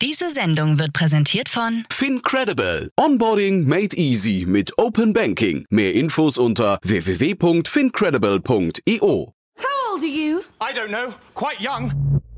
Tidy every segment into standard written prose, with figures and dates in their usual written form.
Diese Sendung wird präsentiert von FinCredible. Onboarding made easy mit Open Banking. Mehr Infos unter www.fincredible.io. How old are you? I don't know. Quite young.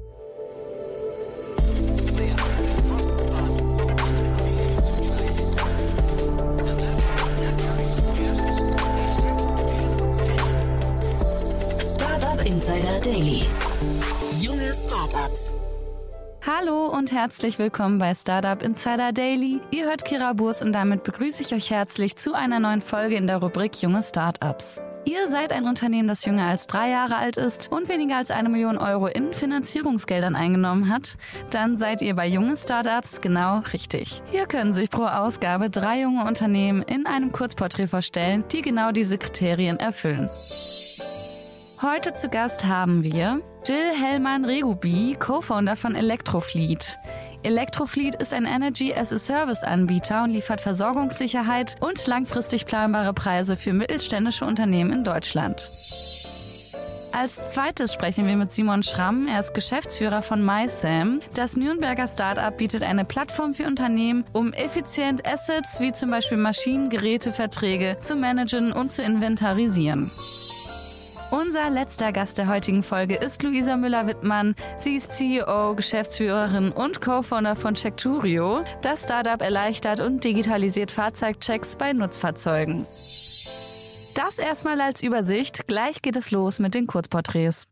Startup Insider Daily. Junge Startups. Hallo und herzlich willkommen bei Startup Insider Daily. Ihr hört Kira Burs und damit begrüße ich euch herzlich zu einer neuen Folge in der Rubrik Junge Startups. Ihr seid ein Unternehmen, das jünger als 3 Jahre alt ist und weniger als 1 Million Euro in Finanzierungsgeldern eingenommen hat? Dann seid ihr bei Junge Startups genau richtig. Hier können sich pro Ausgabe 3 junge Unternehmen in einem Kurzporträt vorstellen, die genau diese Kriterien erfüllen. Heute zu Gast haben wir Jill Hellmann-Regubi, Co-Founder von Electrofleet. Electrofleet ist ein Energy-as-a-Service-Anbieter und liefert Versorgungssicherheit und langfristig planbare Preise für mittelständische Unternehmen in Deutschland. Als zweites sprechen wir mit Simon Schramm. Er ist Geschäftsführer von MySam. Das Nürnberger Startup bietet eine Plattform für Unternehmen, um effizient Assets wie zum Beispiel Maschinen, Geräte, Verträge zu managen und zu inventarisieren. Unser letzter Gast der heutigen Folge ist Luisa Müller-Wittmann. Sie ist CEO, Geschäftsführerin und Co-Founder von Checkturio. Das Startup erleichtert und digitalisiert Fahrzeugchecks bei Nutzfahrzeugen. Das erstmal als Übersicht. Gleich geht es los mit den Kurzporträts.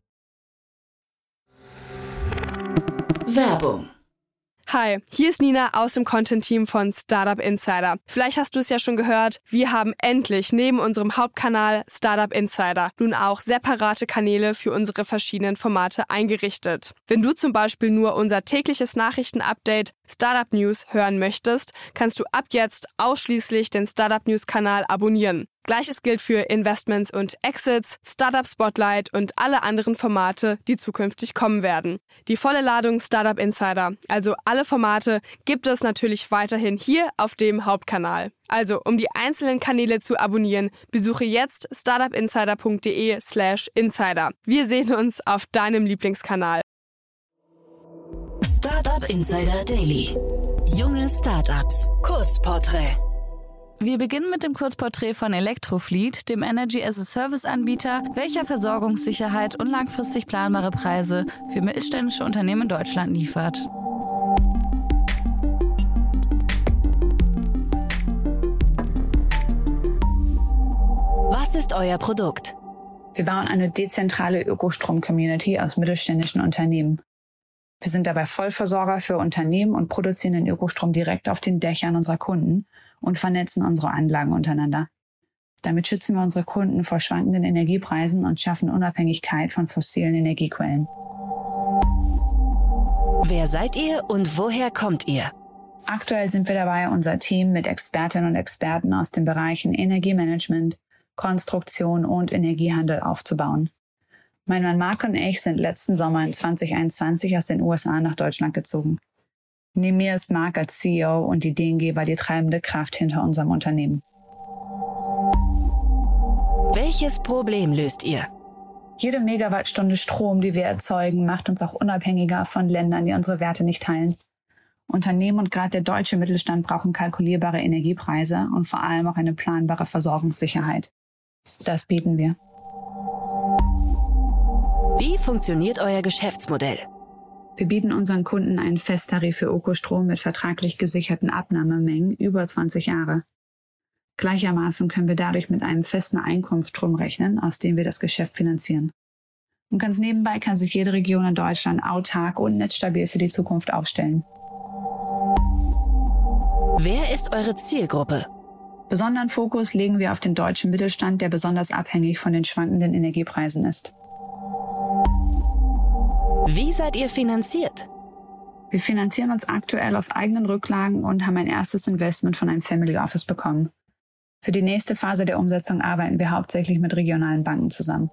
Werbung. Hi, hier ist Nina aus dem Content-Team von Startup Insider. Vielleicht hast du es ja schon gehört, wir haben endlich neben unserem Hauptkanal Startup Insider nun auch separate Kanäle für unsere verschiedenen Formate eingerichtet. Wenn du zum Beispiel nur unser tägliches Nachrichtenupdate Startup News hören möchtest, kannst du ab jetzt ausschließlich den Startup News-Kanal abonnieren. Gleiches gilt für Investments und Exits, Startup Spotlight und alle anderen Formate, die zukünftig kommen werden. Die volle Ladung Startup Insider, also alle Formate, gibt es natürlich weiterhin hier auf dem Hauptkanal. Also, um die einzelnen Kanäle zu abonnieren, besuche jetzt startupinsider.de/insider. Wir sehen uns auf deinem Lieblingskanal. Startup Insider Daily. Junge Startups. Kurzporträt. Wir beginnen mit dem Kurzporträt von Electrofleet, dem Energy-as-a-Service-Anbieter, welcher Versorgungssicherheit und langfristig planbare Preise für mittelständische Unternehmen in Deutschland liefert. Was ist euer Produkt? Wir bauen eine dezentrale Ökostrom-Community aus mittelständischen Unternehmen. Wir sind dabei Vollversorger für Unternehmen und produzieren den Ökostrom direkt auf den Dächern unserer Kunden und vernetzen unsere Anlagen untereinander. Damit schützen wir unsere Kunden vor schwankenden Energiepreisen und schaffen Unabhängigkeit von fossilen Energiequellen. Wer seid ihr und woher kommt ihr? Aktuell sind wir dabei, unser Team mit Expertinnen und Experten aus den Bereichen Energiemanagement, Konstruktion und Energiehandel aufzubauen. Mein Mann Marc und ich sind letzten Sommer in 2021 aus den USA nach Deutschland gezogen. Neben mir ist Marc als CEO und Ideengeber die treibende Kraft hinter unserem Unternehmen. Welches Problem löst ihr? Jede Megawattstunde Strom, die wir erzeugen, macht uns auch unabhängiger von Ländern, die unsere Werte nicht teilen. Unternehmen und gerade der deutsche Mittelstand brauchen kalkulierbare Energiepreise und vor allem auch eine planbare Versorgungssicherheit. Das bieten wir. Wie funktioniert euer Geschäftsmodell? Wir bieten unseren Kunden einen Festtarif für Ökostrom mit vertraglich gesicherten Abnahmemengen über 20 Jahre. Gleichermaßen können wir dadurch mit einem festen Einkommensstrom rechnen, aus dem wir das Geschäft finanzieren. Und ganz nebenbei kann sich jede Region in Deutschland autark und netzstabil für die Zukunft aufstellen. Wer ist eure Zielgruppe? Besonderen Fokus legen wir auf den deutschen Mittelstand, der besonders abhängig von den schwankenden Energiepreisen ist. Wie seid ihr finanziert? Wir finanzieren uns aktuell aus eigenen Rücklagen und haben ein erstes Investment von einem Family Office bekommen. Für die nächste Phase der Umsetzung arbeiten wir hauptsächlich mit regionalen Banken zusammen.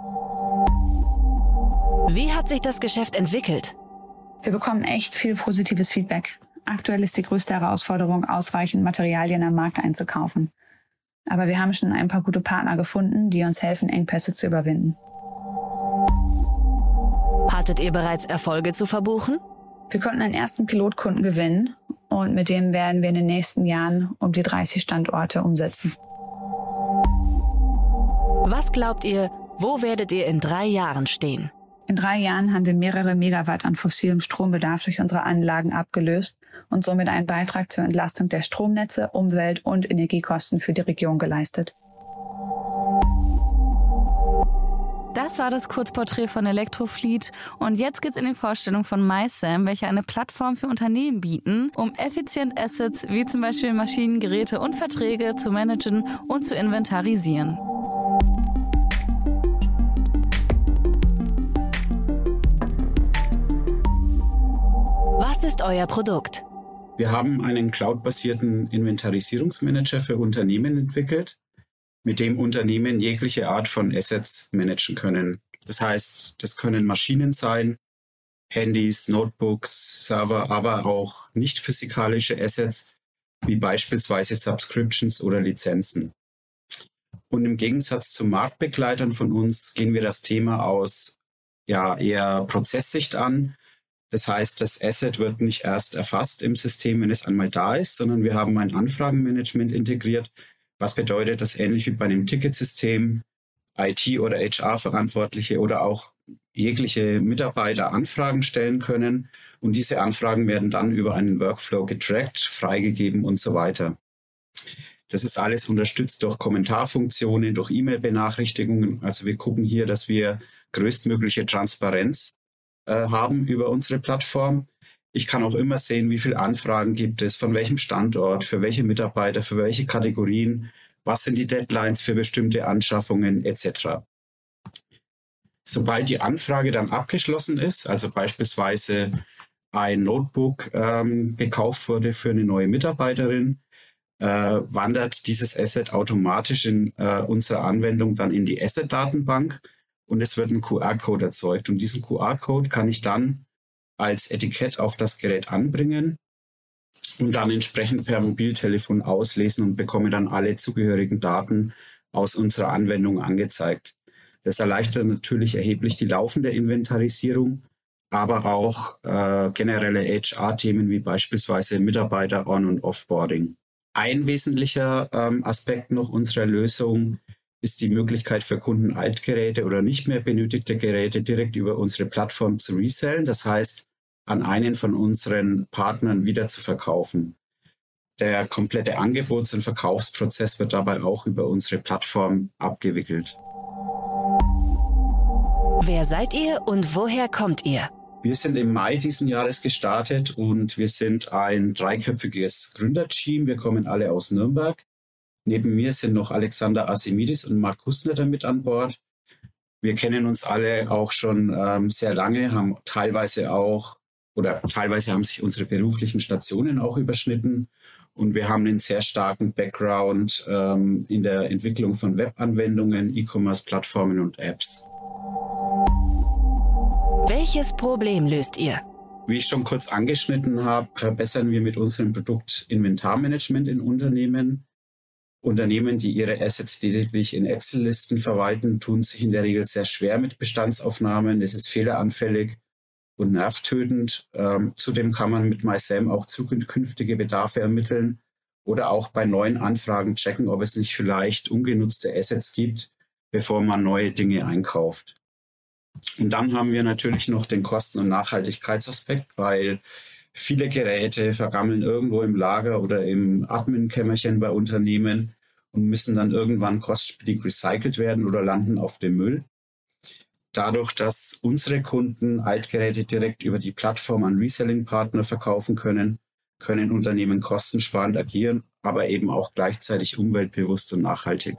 Wie hat sich das Geschäft entwickelt? Wir bekommen echt viel positives Feedback. Aktuell ist die größte Herausforderung, ausreichend Materialien am Markt einzukaufen. Aber wir haben schon ein paar gute Partner gefunden, die uns helfen, Engpässe zu überwinden. Hattet ihr bereits Erfolge zu verbuchen? Wir konnten einen ersten Pilotkunden gewinnen und mit dem werden wir in den nächsten Jahren um die 30 Standorte umsetzen. Was glaubt ihr, wo werdet ihr in 3 Jahren stehen? In 3 Jahren haben wir mehrere Megawatt an fossilem Strombedarf durch unsere Anlagen abgelöst und somit einen Beitrag zur Entlastung der Stromnetze, Umwelt- und Energiekosten für die Region geleistet. Das war das Kurzporträt von Elektrofleet und jetzt geht's in die Vorstellung von MySam, welche eine Plattform für Unternehmen bieten, um effizient Assets wie zum Beispiel Maschinen, Geräte und Verträge zu managen und zu inventarisieren. Was ist euer Produkt? Wir haben einen cloud-basierten Inventarisierungsmanager für Unternehmen entwickelt, mit dem Unternehmen jegliche Art von Assets managen können. Das heißt, das können Maschinen sein, Handys, Notebooks, Server, aber auch nicht physikalische Assets, wie beispielsweise Subscriptions oder Lizenzen. Und im Gegensatz zu Marktbegleitern von uns gehen wir das Thema aus eher Prozesssicht an. Das heißt, das Asset wird nicht erst erfasst im System, wenn es einmal da ist, sondern wir haben ein Anfragenmanagement integriert. Was bedeutet, dass ähnlich wie bei einem Ticketsystem IT- oder HR-Verantwortliche oder auch jegliche Mitarbeiter Anfragen stellen können und diese Anfragen werden dann über einen Workflow getrackt, freigegeben und so weiter. Das ist alles unterstützt durch Kommentarfunktionen, durch E-Mail-Benachrichtigungen. Also wir gucken hier, dass wir größtmögliche Transparenz haben über unsere Plattform. Ich kann auch immer sehen, wie viele Anfragen gibt es, von welchem Standort, für welche Mitarbeiter, für welche Kategorien, was sind die Deadlines für bestimmte Anschaffungen etc. Sobald die Anfrage dann abgeschlossen ist, also beispielsweise ein Notebook gekauft wurde für eine neue Mitarbeiterin, wandert dieses Asset automatisch in unserer Anwendung dann in die Asset-Datenbank und es wird ein QR-Code erzeugt. Und diesen QR-Code kann ich dann als Etikett auf das Gerät anbringen und dann entsprechend per Mobiltelefon auslesen und bekomme dann alle zugehörigen Daten aus unserer Anwendung angezeigt. Das erleichtert natürlich erheblich die laufende Inventarisierung, aber auch generelle HR-Themen wie beispielsweise Mitarbeiter-On- und Offboarding. Ein wesentlicher Aspekt noch unserer Lösung ist die Möglichkeit für Kunden, Altgeräte oder nicht mehr benötigte Geräte direkt über unsere Plattform zu resellen. Das heißt, an einen von unseren Partnern wieder zu verkaufen. Der komplette Angebots- und Verkaufsprozess wird dabei auch über unsere Plattform abgewickelt. Wer seid ihr und woher kommt ihr? Wir sind im Mai diesen Jahres gestartet und wir sind ein 3-köpfiges Gründerteam. Wir kommen alle aus Nürnberg. Neben mir sind noch Alexander Asimidis und Marc Husnetter mit an Bord. Wir kennen uns alle auch schon sehr lange, haben teilweise haben sich unsere beruflichen Stationen auch überschnitten und wir haben einen sehr starken Background in der Entwicklung von Webanwendungen, E-Commerce-Plattformen und Apps. Welches Problem löst ihr? Wie ich schon kurz angeschnitten habe, verbessern wir mit unserem Produkt Inventarmanagement in Unternehmen. Unternehmen, die ihre Assets lediglich in Excel-Listen verwalten, tun sich in der Regel sehr schwer mit Bestandsaufnahmen. Es ist fehleranfällig und nervtötend. Zudem kann man mit MySam auch zukünftige Bedarfe ermitteln oder auch bei neuen Anfragen checken, ob es nicht vielleicht ungenutzte Assets gibt, bevor man neue Dinge einkauft. Und dann haben wir natürlich noch den Kosten- und Nachhaltigkeitsaspekt, weil viele Geräte vergammeln irgendwo im Lager oder im Admin-Kämmerchen bei Unternehmen und müssen dann irgendwann kostspielig recycelt werden oder landen auf dem Müll. Dadurch, dass unsere Kunden Altgeräte direkt über die Plattform an Reselling-Partner verkaufen können, können Unternehmen kostensparend agieren, aber eben auch gleichzeitig umweltbewusst und nachhaltig.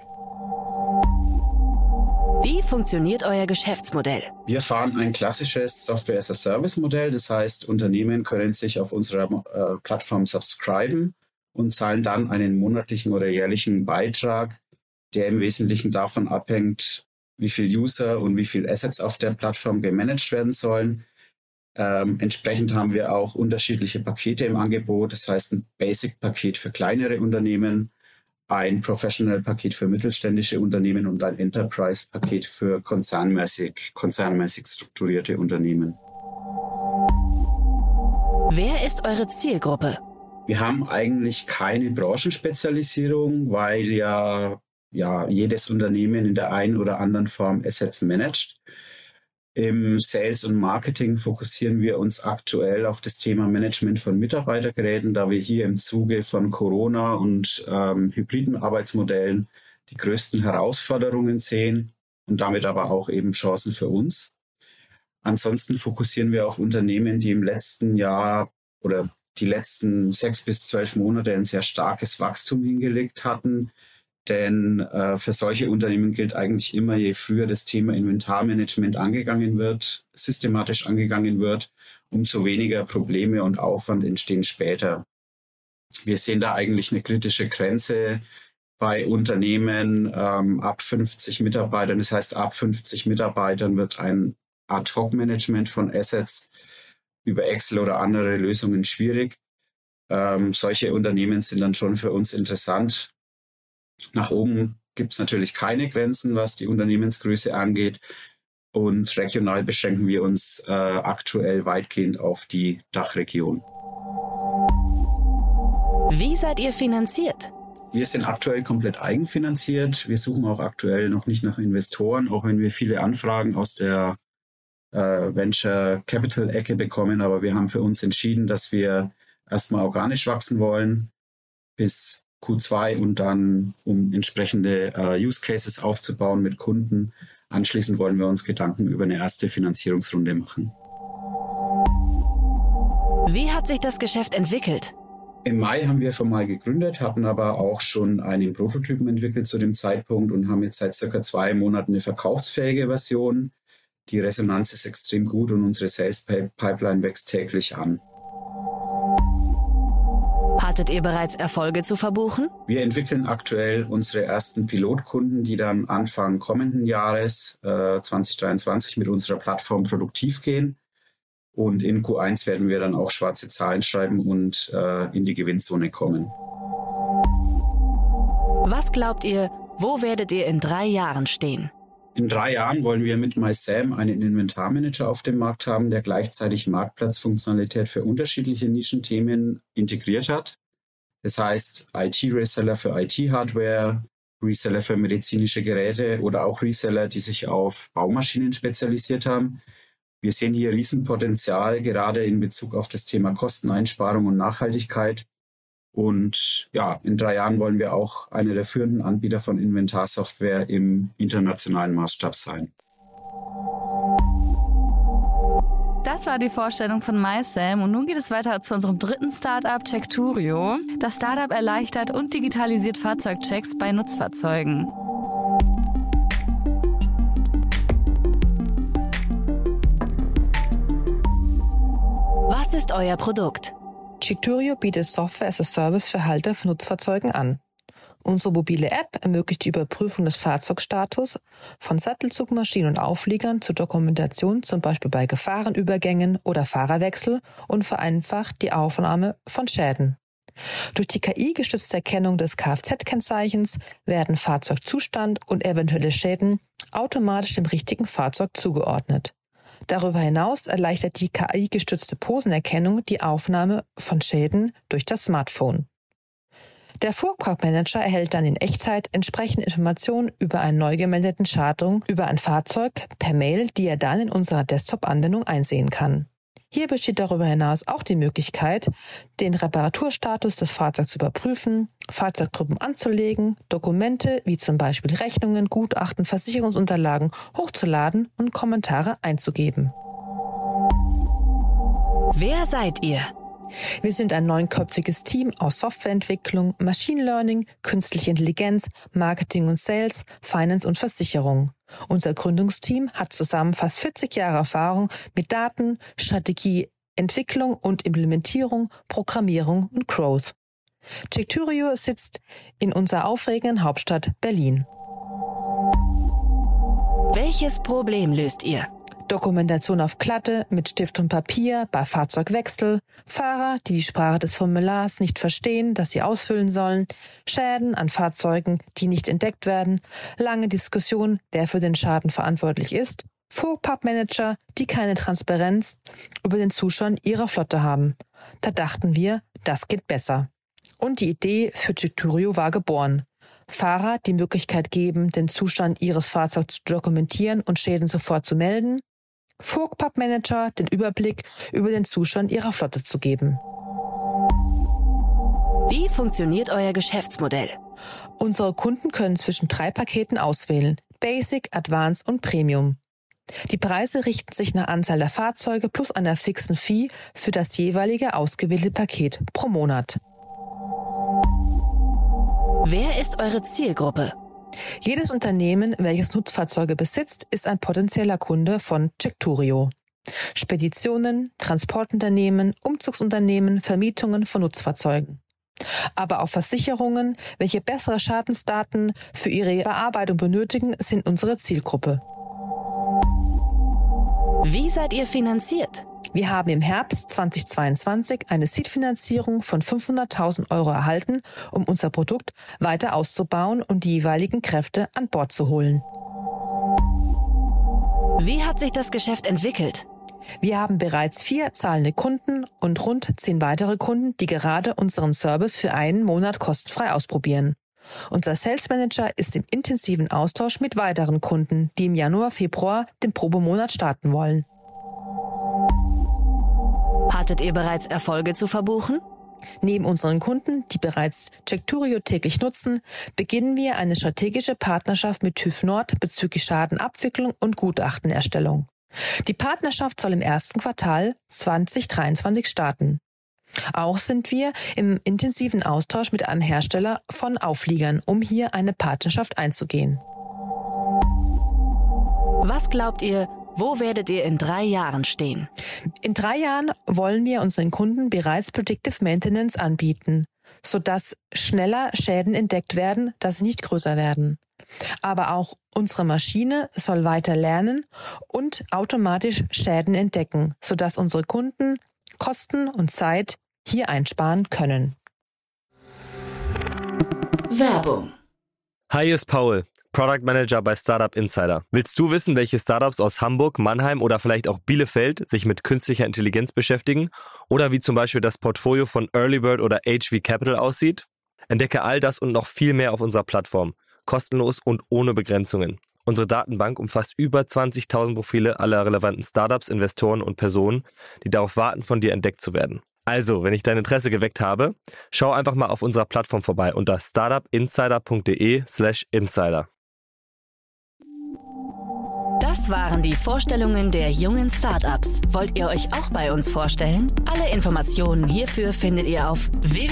Wie funktioniert euer Geschäftsmodell? Wir fahren ein klassisches Software-as-a-Service-Modell. Das heißt, Unternehmen können sich auf unserer Plattform subscriben und zahlen dann einen monatlichen oder jährlichen Beitrag, der im Wesentlichen davon abhängt, wie viele User und wie viele Assets auf der Plattform gemanagt werden sollen. Entsprechend haben wir auch unterschiedliche Pakete im Angebot. Das heißt, ein Basic-Paket für kleinere Unternehmen, ein Professional-Paket für mittelständische Unternehmen und ein Enterprise-Paket für konzernmäßig strukturierte Unternehmen. Wer ist eure Zielgruppe? Wir haben eigentlich keine Branchenspezialisierung, weil ja jedes Unternehmen in der einen oder anderen Form Assets managt. Im Sales und Marketing fokussieren wir uns aktuell auf das Thema Management von Mitarbeitergeräten, da wir hier im Zuge von Corona und hybriden Arbeitsmodellen die größten Herausforderungen sehen und damit aber auch eben Chancen für uns. Ansonsten fokussieren wir auf Unternehmen, die im letzten Jahr oder die letzten 6 bis 12 Monate ein sehr starkes Wachstum hingelegt hatten. Denn für solche Unternehmen gilt eigentlich immer, je früher das Thema Inventarmanagement systematisch angegangen wird, umso weniger Probleme und Aufwand entstehen später. Wir sehen da eigentlich eine kritische Grenze bei Unternehmen ab 50 Mitarbeitern. Das heißt, ab 50 Mitarbeitern wird ein Ad-Hoc-Management von Assets über Excel oder andere Lösungen schwierig. Solche Unternehmen sind dann schon für uns interessant. Nach oben gibt es natürlich keine Grenzen, was die Unternehmensgröße angeht. Und regional beschränken wir uns aktuell weitgehend auf die Dachregion. Wie seid ihr finanziert? Wir sind aktuell komplett eigenfinanziert. Wir suchen auch aktuell noch nicht nach Investoren, auch wenn wir viele Anfragen aus der Venture Capital Ecke bekommen. Aber wir haben für uns entschieden, dass wir erstmal organisch wachsen wollen bis Q2 und dann, um entsprechende Use Cases aufzubauen mit Kunden. Anschließend wollen wir uns Gedanken über eine erste Finanzierungsrunde machen. Wie hat sich das Geschäft entwickelt? Im Mai haben wir formal gegründet, hatten aber auch schon einen Prototypen entwickelt zu dem Zeitpunkt und haben jetzt seit circa 2 Monaten eine verkaufsfähige Version. Die Resonanz ist extrem gut und unsere Sales Pipeline wächst täglich an. Hattet ihr bereits Erfolge zu verbuchen? Wir entwickeln aktuell unsere ersten Pilotkunden, die dann Anfang kommenden Jahres 2023 mit unserer Plattform produktiv gehen. Und in Q1 werden wir dann auch schwarze Zahlen schreiben und in die Gewinnzone kommen. Was glaubt ihr, wo werdet ihr in 3 Jahren stehen? In 3 Jahren wollen wir mit MySam einen Inventarmanager auf dem Markt haben, der gleichzeitig Marktplatzfunktionalität für unterschiedliche Nischenthemen integriert hat. Das heißt, IT-Reseller für IT-Hardware, Reseller für medizinische Geräte oder auch Reseller, die sich auf Baumaschinen spezialisiert haben. Wir sehen hier Riesenpotenzial, gerade in Bezug auf das Thema Kosteneinsparung und Nachhaltigkeit. Und ja, in 3 Jahren wollen wir auch einer der führenden Anbieter von Inventarsoftware im internationalen Maßstab sein. Das war die Vorstellung von MySam und nun geht es weiter zu unserem dritten Startup, Checturio. Das Startup erleichtert und digitalisiert Fahrzeugchecks bei Nutzfahrzeugen. Was ist euer Produkt? Checturio bietet Software as a Service für Halter von Nutzfahrzeugen an. Unsere mobile App ermöglicht die Überprüfung des Fahrzeugstatus von Sattelzugmaschinen und Aufliegern zur Dokumentation, zum Beispiel bei Gefahrenübergängen oder Fahrerwechsel, und vereinfacht die Aufnahme von Schäden. Durch die KI-gestützte Erkennung des Kfz-Kennzeichens werden Fahrzeugzustand und eventuelle Schäden automatisch dem richtigen Fahrzeug zugeordnet. Darüber hinaus erleichtert die KI-gestützte Posenerkennung die Aufnahme von Schäden durch das Smartphone. Der Fuhrparkmanager erhält dann in Echtzeit entsprechende Informationen über einen neu gemeldeten Schaden über ein Fahrzeug per Mail, die er dann in unserer Desktop-Anwendung einsehen kann. Hier besteht darüber hinaus auch die Möglichkeit, den Reparaturstatus des Fahrzeugs zu überprüfen, Fahrzeuggruppen anzulegen, Dokumente wie zum Beispiel Rechnungen, Gutachten, Versicherungsunterlagen hochzuladen und Kommentare einzugeben. Wer seid ihr? Wir sind ein 9-köpfiges Team aus Softwareentwicklung, Machine Learning, künstliche Intelligenz, Marketing und Sales, Finance und Versicherung. Unser Gründungsteam hat zusammen fast 40 Jahre Erfahrung mit Daten, Strategie, Entwicklung und Implementierung, Programmierung und Growth. Checturio sitzt in unserer aufregenden Hauptstadt Berlin. Welches Problem löst ihr? Dokumentation auf Platte mit Stift und Papier bei Fahrzeugwechsel, Fahrer, die die Sprache des Formulars nicht verstehen, das sie ausfüllen sollen, Schäden an Fahrzeugen, die nicht entdeckt werden, lange Diskussion, wer für den Schaden verantwortlich ist, Fuhrparkmanager, die keine Transparenz über den Zustand ihrer Flotte haben. Da dachten wir, das geht besser. Und die Idee für Checturio war geboren. Fahrer die Möglichkeit geben, den Zustand ihres Fahrzeugs zu dokumentieren und Schäden sofort zu melden. Fuhrparkmanager den Überblick über den Zustand ihrer Flotte zu geben. Wie funktioniert euer Geschäftsmodell? Unsere Kunden können zwischen 3 Paketen auswählen: Basic, Advanced und Premium. Die Preise richten sich nach Anzahl der Fahrzeuge plus einer fixen Fee für das jeweilige ausgewählte Paket pro Monat. Wer ist eure Zielgruppe? Jedes Unternehmen, welches Nutzfahrzeuge besitzt, ist ein potenzieller Kunde von Checturio. Speditionen, Transportunternehmen, Umzugsunternehmen, Vermietungen von Nutzfahrzeugen. Aber auch Versicherungen, welche bessere Schadensdaten für ihre Bearbeitung benötigen, sind unsere Zielgruppe. Wie seid ihr finanziert? Wir haben im Herbst 2022 eine Seed-Finanzierung von 500.000 € erhalten, um unser Produkt weiter auszubauen und die jeweiligen Kräfte an Bord zu holen. Wie hat sich das Geschäft entwickelt? Wir haben bereits 4 zahlende Kunden und rund 10 weitere Kunden, die gerade unseren Service für einen Monat kostenfrei ausprobieren. Unser Sales Manager ist im intensiven Austausch mit weiteren Kunden, die im Januar, Februar den Probemonat starten wollen. Hattet ihr bereits Erfolge zu verbuchen? Neben unseren Kunden, die bereits Checturio täglich nutzen, beginnen wir eine strategische Partnerschaft mit TÜV Nord bezüglich Schadenabwicklung und Gutachtenerstellung. Die Partnerschaft soll im ersten Quartal 2023 starten. Auch sind wir im intensiven Austausch mit einem Hersteller von Aufliegern, um hier eine Partnerschaft einzugehen. Was glaubt ihr, wo werdet ihr in 3 Jahren stehen? In 3 Jahren wollen wir unseren Kunden bereits Predictive Maintenance anbieten, sodass schneller Schäden entdeckt werden, dass sie nicht größer werden. Aber auch unsere Maschine soll weiter lernen und automatisch Schäden entdecken, sodass unsere Kunden Kosten und Zeit hier einsparen können. Werbung. Hi, hier ist Paul, Product Manager bei Startup Insider. Willst du wissen, welche Startups aus Hamburg, Mannheim oder vielleicht auch Bielefeld sich mit künstlicher Intelligenz beschäftigen? Oder wie zum Beispiel das Portfolio von Earlybird oder HV Capital aussieht? Entdecke all das und noch viel mehr auf unserer Plattform. Kostenlos und ohne Begrenzungen. Unsere Datenbank umfasst über 20.000 Profile aller relevanten Startups, Investoren und Personen, die darauf warten, von dir entdeckt zu werden. Also, wenn ich dein Interesse geweckt habe, schau einfach mal auf unserer Plattform vorbei unter startupinsider.de/insider. Das waren die Vorstellungen der jungen Startups. Wollt ihr euch auch bei uns vorstellen? Alle Informationen hierfür findet ihr auf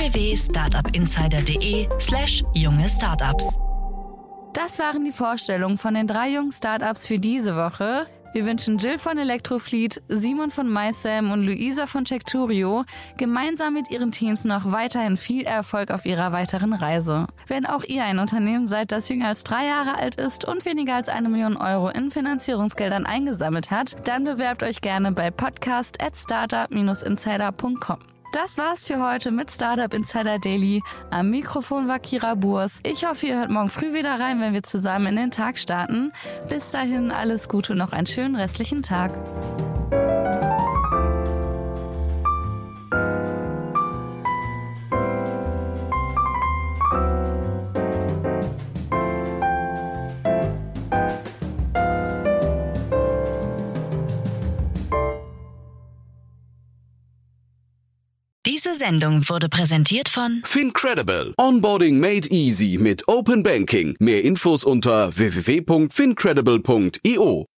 www.startupinsider.de/junge Startups. Das waren die Vorstellungen von den 3 jungen Startups für diese Woche. Wir wünschen Jill von Electrofleet, Simon von MySam und Luisa von Checturio gemeinsam mit ihren Teams noch weiterhin viel Erfolg auf ihrer weiteren Reise. Wenn auch ihr ein Unternehmen seid, das jünger als 3 Jahre alt ist und weniger als 1 Million € in Finanzierungsgeldern eingesammelt hat, dann bewerbt euch gerne bei podcast@startup-insider.com. Das war's für heute mit Startup Insider Daily. Am Mikrofon war Kira Burs. Ich hoffe, ihr hört morgen früh wieder rein, wenn wir zusammen in den Tag starten. Bis dahin alles Gute und noch einen schönen restlichen Tag. Diese Sendung wurde präsentiert von Fincredible. Onboarding made easy mit Open Banking. Mehr Infos unter www.fincredible.io.